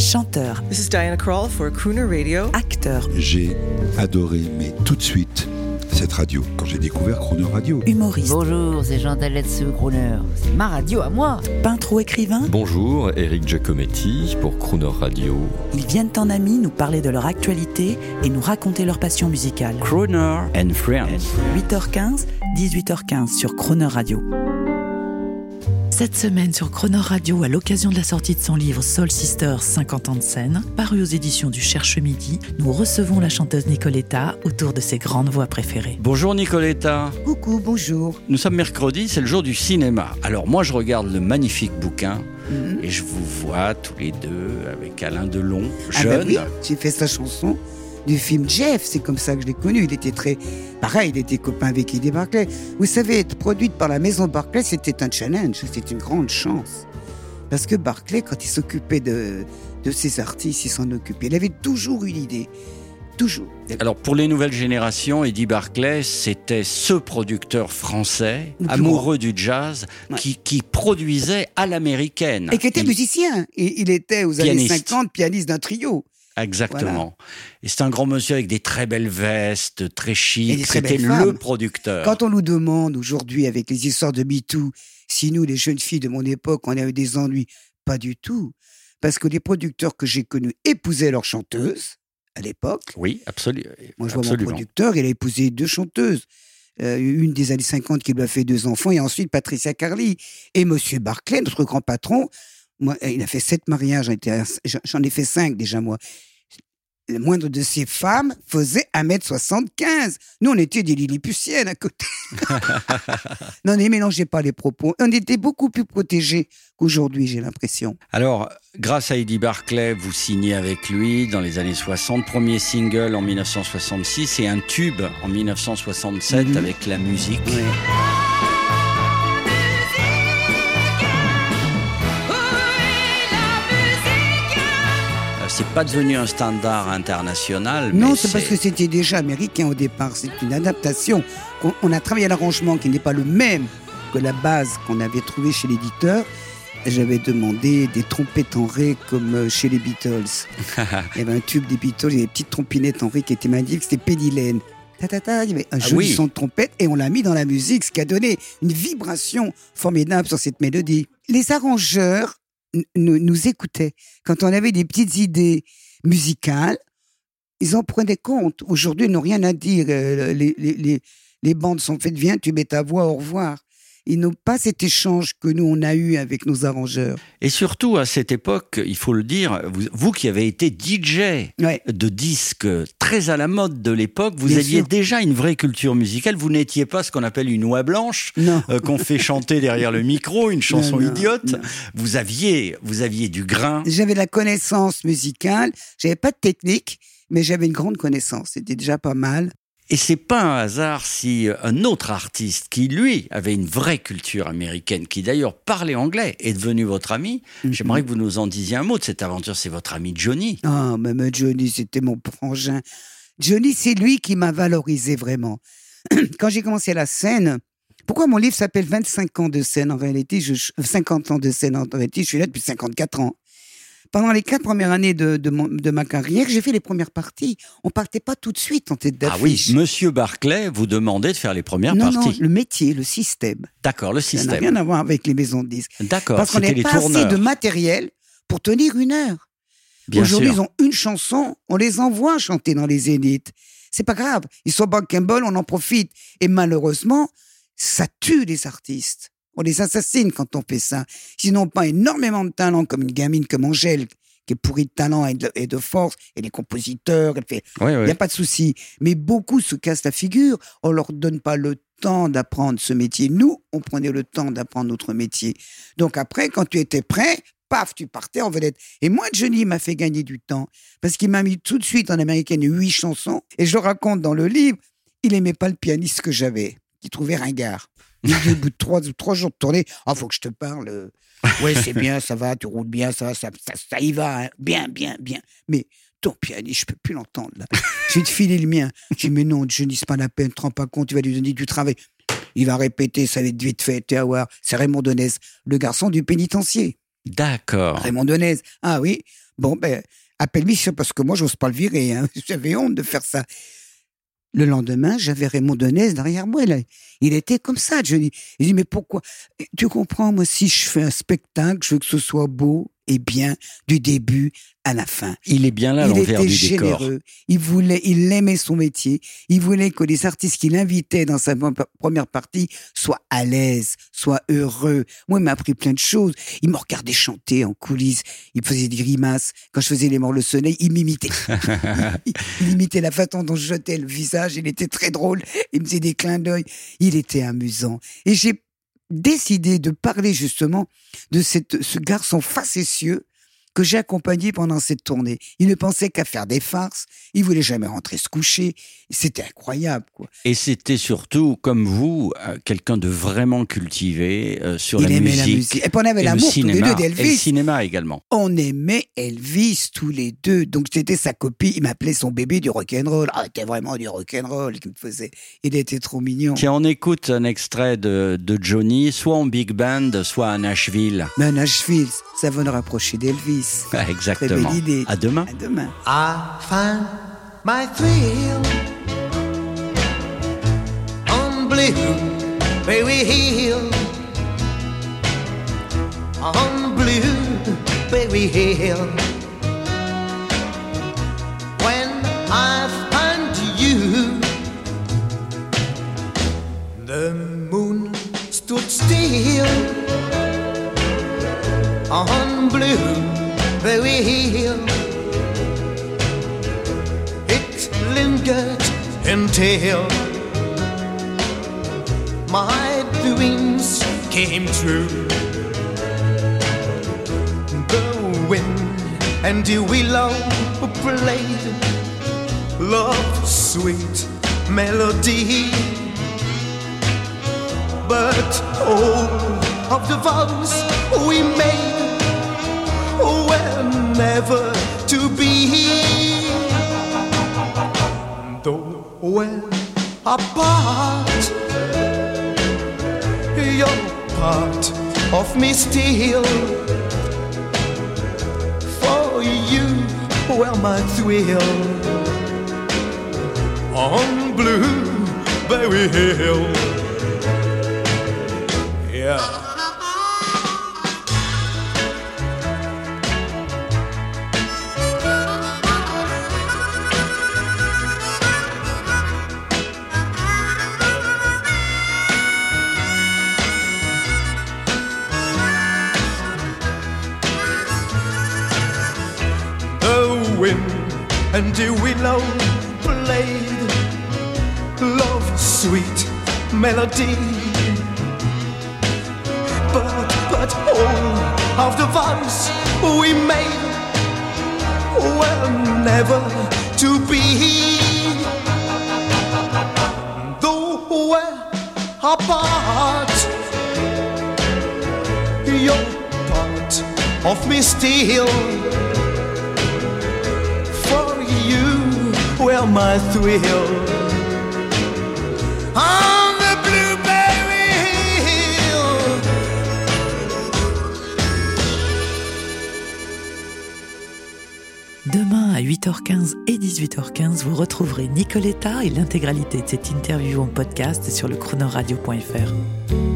Chanteur. This is Diana Krall for Crooner Radio. Acteur. J'ai adoré, mais tout de suite, cette radio, quand j'ai découvert Crooner Radio. Humoriste. Bonjour, c'est Jean Daletsu, Crooner. C'est ma radio à moi. Peintre ou écrivain. Bonjour, Eric Giacometti pour Crooner Radio. Ils viennent en amis nous parler de leur actualité et nous raconter leur passion musicale. Crooner and Friends. 8h15, 18h15 sur Crooner Radio. Cette semaine sur Crooner Radio, à l'occasion de la sortie de son livre Soul Sisters 50 ans de scène, paru aux éditions du Cherche Midi, nous recevons la chanteuse Nicoletta autour de ses grandes voix préférées. Bonjour Nicoletta. Coucou, bonjour. Nous sommes mercredi, c'est le jour du cinéma. Alors moi je regarde le magnifique bouquin et je vous vois tous les deux avec Alain Delon, jeune. Ah ben oui, j'ai fait sa chanson du film Jeff, c'est comme ça que je l'ai connu. Il était très... Pareil, il était copain avec Eddie Barclay. Vous savez, être produite par la maison Barclay, c'était un challenge, c'était une grande chance. Parce que Barclay, quand il s'occupait de ses artistes, il s'en occupait. Il avait toujours une idée. Toujours. Alors pour les nouvelles générations, Eddie Barclay, c'était ce producteur français, amoureux du jazz, ouais, qui produisait à l'américaine. Et qui était musicien. Et il était aux années 50 pianiste d'un trio. Exactement. Voilà. Et c'est un grand monsieur avec des très belles vestes, très chic. C'était le producteur. Quand on nous demande aujourd'hui, avec les histoires de MeToo, si nous, les jeunes filles de mon époque, on a eu des ennuis, pas du tout. Parce que les producteurs que j'ai connus épousaient leurs chanteuses à l'époque. Oui, absolument. Moi, je vois mon producteur, il a épousé 2 chanteuses. Une des années 50 qui lui a fait 2 enfants, et ensuite Patricia Carly. Et Monsieur Barclay, notre grand patron, moi, il a fait 7 mariages, j'en ai fait 5 déjà, moi. Le moindre de ces femmes faisait 1m75. Nous, on était des lilliputiennes à côté. Non, ne mélangez pas les propos. On était beaucoup plus protégés qu'aujourd'hui, j'ai l'impression. Alors, grâce à Eddie Barclay, vous signez avec lui dans les années 60. Premier single en 1966 et un tube en 1967 avec La Musique. Ouais. C'est pas devenu un standard international. Non, mais c'est parce que c'était déjà américain au départ. C'est une adaptation. On a travaillé à l'arrangement qui n'est pas le même que la base qu'on avait trouvée chez l'éditeur. J'avais demandé des trompettes en ré comme chez les Beatles. Il y avait un tube des Beatles, il y avait des petites trompinettes en ré qui étaient magnifiques, c'était Penny Lane. Il y avait un joli son de trompette et on l'a mis dans la musique, ce qui a donné une vibration formidable sur cette mélodie. Les arrangeurs nous écoutaient. Quand on avait des petites idées musicales, ils en prenaient compte. Aujourd'hui, ils n'ont rien à dire. Les bandes sont faites, viens, tu mets ta voix, au revoir. Ils n'ont pas cet échange que nous, on a eu avec nos arrangeurs. Et surtout, à cette époque, il faut le dire, vous qui avez été DJ de disques très à la mode de l'époque, vous aviez déjà une vraie culture musicale. Vous n'étiez pas ce qu'on appelle une oie blanche, qu'on fait chanter derrière le micro, une chanson idiote. Non. Vous aviez du grain. J'avais la connaissance musicale. J'avais pas de technique, mais j'avais une grande connaissance. C'était déjà pas mal. Et c'est pas un hasard si un autre artiste qui, lui, avait une vraie culture américaine, qui d'ailleurs parlait anglais, est devenu votre ami. J'aimerais que vous nous en disiez un mot de cette aventure. C'est votre ami Johnny. Ah, mais Johnny, c'était mon frangin. Johnny, c'est lui qui m'a valorisé vraiment. Quand j'ai commencé la scène, pourquoi mon livre s'appelle 25 ans de scène en réalité, 50 ans de scène en réalité, je suis là depuis 54 ans. Pendant les 4 premières années de ma carrière, j'ai fait les premières parties. On partait pas tout de suite en tête d'affiche. Ah oui, Monsieur Barclay vous demandait de faire les premières parties. Non, le métier, le système. D'accord, le système. Ça n'a rien à voir avec les maisons de disques. D'accord, parce qu'on n'a pas assez de matériel pour tenir 1 heure. Aujourd'hui, ils ont une chanson, on les envoie chanter dans les zéniths. C'est pas grave, ils sont bankable, on en profite. Et malheureusement, ça tue les artistes. On les assassine quand on fait ça. S'ils n'ont pas énormément de talent, comme une gamine comme Angèle, qui est pourrie de talent et de force, et les compositeurs, il n'y a pas de souci. Mais beaucoup se cassent la figure. On leur donne pas le temps d'apprendre ce métier. Nous, on prenait le temps d'apprendre notre métier. Donc après, quand tu étais prêt, paf, tu partais en vedette. Et moi, Johnny m'a fait gagner du temps, parce qu'il m'a mis tout de suite en américaine 8 chansons, et je le raconte dans le livre, il aimait pas le pianiste que j'avais, qu'il trouvait ringard. Au bout de 3 jours de tournée, faut que je te parle. Ouais, c'est bien, ça va, tu roules bien, ça y va, hein. Bien. Mais ton pianiste, je peux plus l'entendre, là. Je vais te filer le mien. Je dis, mais non, Johnny, c'est pas la peine, te rends pas compte, tu vas lui donner du travail. Il va répéter, ça va être vite fait, tu vas voir. C'est Raymond Donez, le garçon du pénitencier. D'accord. Raymond Donez. Ah oui, Bon, appelle Michel, parce que moi, j'ose pas le virer. Hein. J'avais honte de faire ça. Le lendemain, j'avais Raymond Donès derrière moi. Là. Il était comme ça. Il dit, mais pourquoi? Tu comprends, moi, si je fais un spectacle, je veux que ce soit beau et bien du début à la fin. Il est bien là, l'envers du décor. Il aimait son métier. Il voulait que les artistes qu'il invitait dans sa première partie soient à l'aise, soient heureux. Moi, il m'a appris plein de choses. Il me regardait chanter en coulisses. Il faisait des grimaces. Quand je faisais Les Morts le Soleil, il m'imitait. Il imitait la façon dont je jetais le visage. Il était très drôle. Il me faisait des clins d'œil. Il était amusant. Et j'ai décidé de parler justement de ce garçon facétieux que j'ai accompagné pendant cette tournée. Il ne pensait qu'à faire des farces, il voulait jamais rentrer se coucher, c'était incroyable, quoi. Et c'était surtout, comme vous, quelqu'un de vraiment cultivé sur la musique. La musique. Et puis on avait l'amour tous les deux d'Elvis. Et le cinéma également. On aimait Elvis tous les deux, donc c'était sa copie, il m'appelait son bébé du rock'n'roll. Ah, c'était vraiment du rock'n'roll qu'il me faisait. Il était trop mignon. Tiens, on écoute un extrait de Johnny, soit en big band, soit à Nashville. Mais à Nashville, ça va nous rapprocher d'Elvis. Exactement. Très belle idée. À demain. À demain. I find my thrill on Blueberry Hill, on Blueberry Hill. When I find you, the moon stood still on Blueberry Hill. It lingered until my dreams came true. The wind and the willow played love's sweet melody, but all of the vows we made were never to be. Though we're apart, you're part of me still. For you were my thrill on Blueberry Hill. Yeah. And the willow played love's sweet melody, but all of the vows we made were never to be. Though we're apart, you're part of me still. Well, my thrill on the Blueberry Hill. Demain à 8h15 et 18h15, vous retrouverez Nicoletta et l'intégralité de cette interview en podcast sur le chronoradio.fr.